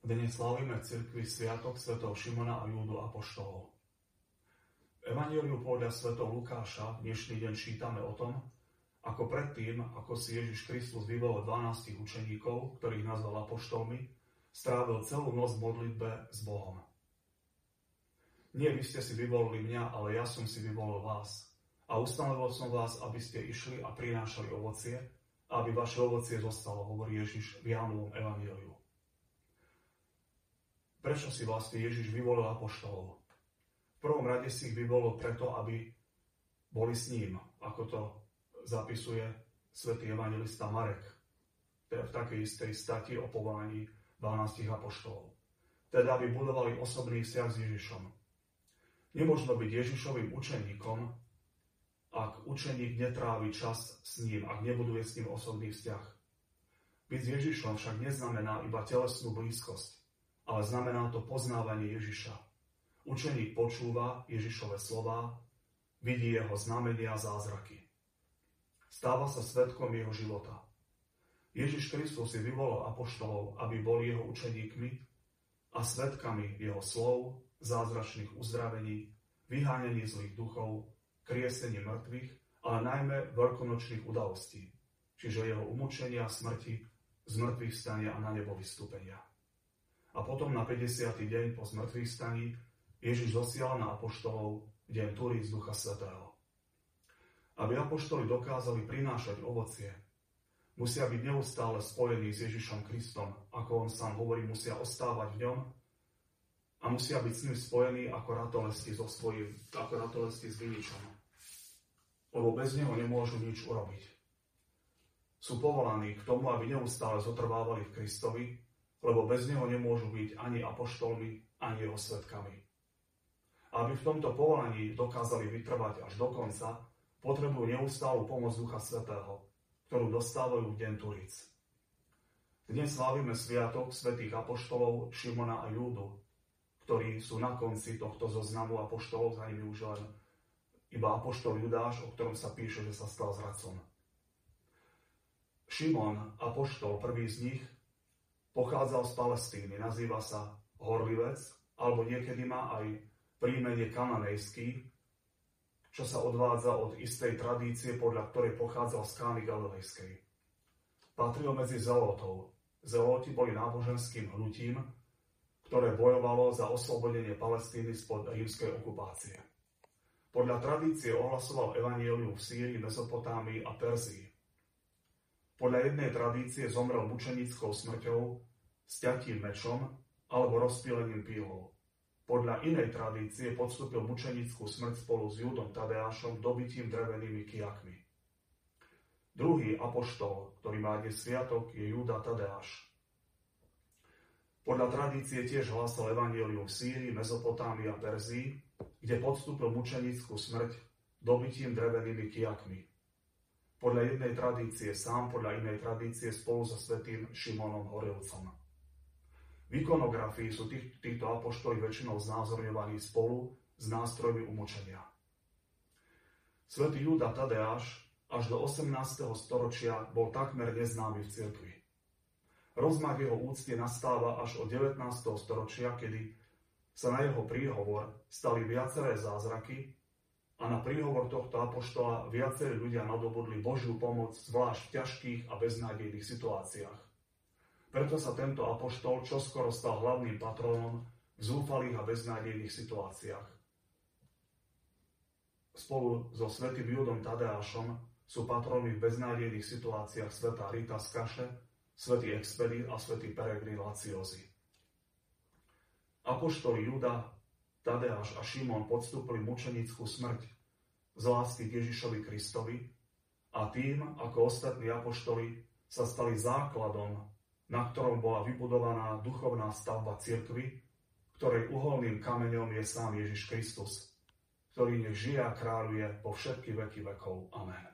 Dnes slávime v cirkvi sviatok svätého Šimona a Júdu apoštolov. V Evanjeliu podľa svätého Lukáša dnešný deň čítame o tom, ako predtým, ako si Ježiš Kristus vyvolil 12 učeníkov, ktorých nazval apoštolmi, strávil celú noc v modlitbe s Bohom. Nie vy ste si vyvolili mňa, ale ja som si vyvolil vás. A ustanovil som vás, aby ste išli a prinášali ovocie, a aby vaše ovocie zostalo, hovorí Ježiš v Jánovom Evanjeliu. Prečo si vlastne Ježiš vyvolil apoštolov? V prvom rade si ich vyvolil preto, aby boli s ním, ako to zapisuje svätý evanjelista Marek, v takej istej stati o povolaní 12 apoštolov. Teda, aby budovali osobný vzťah s Ježišom. Nemožno byť Ježišovým učeníkom, ak učeník netrávi čas s ním, ak nebuduje s ním osobný vzťah. Byť s Ježišom však neznamená iba telesnú blízkosť, ale znamená to poznávanie Ježiša. Učeník počúva Ježišove slová, vidí jeho znamenia a zázraky. Stáva sa svedkom jeho života. Ježiš Kristus si vyvolal apoštolov, aby boli jeho učeníkmi a svedkami jeho slov, zázračných uzdravení, vyháňaní zlých duchov, kriesení mŕtvych, ale najmä veľkonočných udalostí, čiže jeho umúčenia, smrti, zmrtvých stania a na nebo vystúpenia. A potom na 50. deň po zmrtvých staní Ježiš zosiela na apoštolov deň Turíc Ducha Svätého. Aby apoštoli dokázali prinášať ovocie, musia byť neustále spojení s Ježišom Kristom, ako on sám hovorí, musia ostávať v ňom a musia byť s ním spojení ako ratolesti s viničom. Lebo bez neho nemôžu nič urobiť. Sú povolaní k tomu, aby neustále zotrvávali v Kristovi, lebo bez neho nemôžu byť ani apoštolmi, ani jeho svedkami. A aby v tomto povolaní dokázali vytrvať až do konca, potrebujú neustálu pomoc Ducha Svätého, ktorú dostávajú v deň Turíc. Dnes slávime sviatok svätých apoštolov Šimona a Júdu, ktorí sú na konci tohto zoznamu apoštolov, za nimi už len iba apoštol Judáš, o ktorom sa píše, že sa stal zradcom. Šimon, apoštol, prvý z nich, pochádzal z Palestíny, nazýva sa Horlivec, alebo niekedy má aj príjmenie kananejský, čo sa odvádza od istej tradície, podľa ktorej pochádzal z Kány Galilejskej. Patril medzi zelotov. Zeloti boli náboženským hnutím, ktoré bojovalo za oslobodenie Palestíny spod rímskej okupácie. Podľa tradície ohlasoval evanjelium v Sýrii, Mezopotámii a Perzii. Podľa jednej tradície zomrel mučenickou smrťou, sťatím mečom alebo rozpílením pílou. Podľa inej tradície podstúpil mučenickú smrť spolu s Júdom Tadeášom dobitím drevenými kijakmi. Druhý apoštol, ktorý má dnes sviatok, je Júda Tadeáš. Podľa tradície tiež hlásal evanjelium v Sýrii, Mezopotámii a Perzii, kde podstúpil mučenickú smrť dobitím drevenými kijakmi. Podľa jednej tradície sám, podľa inej tradície spolu so svätým Šimonom Horilcom. V ikonografii sú títo apoštoli väčšinou znázorňovaní spolu s nástrojmi umučenia. Svätý Júda Tadeáš až do 18. storočia bol takmer neznámy v cirkvi. Rozmach jeho úcty nastáva až od 19. storočia, kedy sa na jeho príhovor stali viaceré zázraky a na príhovor tohto apoštola viacerí ľudia nadobudli Božiu pomoc, zvlášť v ťažkých a beznádejných situáciách. Preto sa tento apoštol čoskoro stal hlavným patronom v zúfalých a beznádejných situáciách. Spolu so svätým Júdom Tadeášom sú patrónmi v beznádejných situáciách svätá Rita z Kaše, svätý Expedit a svätý Peregrín Laciozy. Apoštoli Júda, Tadeáš a Šimon podstúpili mučenickú smrť z lásky k Ježišovi Kristovi a tým, ako ostatní apoštoli, sa stali základom, na ktorom bola vybudovaná duchovná stavba cirkvi, ktorej uholným kameňom je sám Ježiš Kristus, ktorý nech žije a kráľuje po všetky veky vekov. Amen.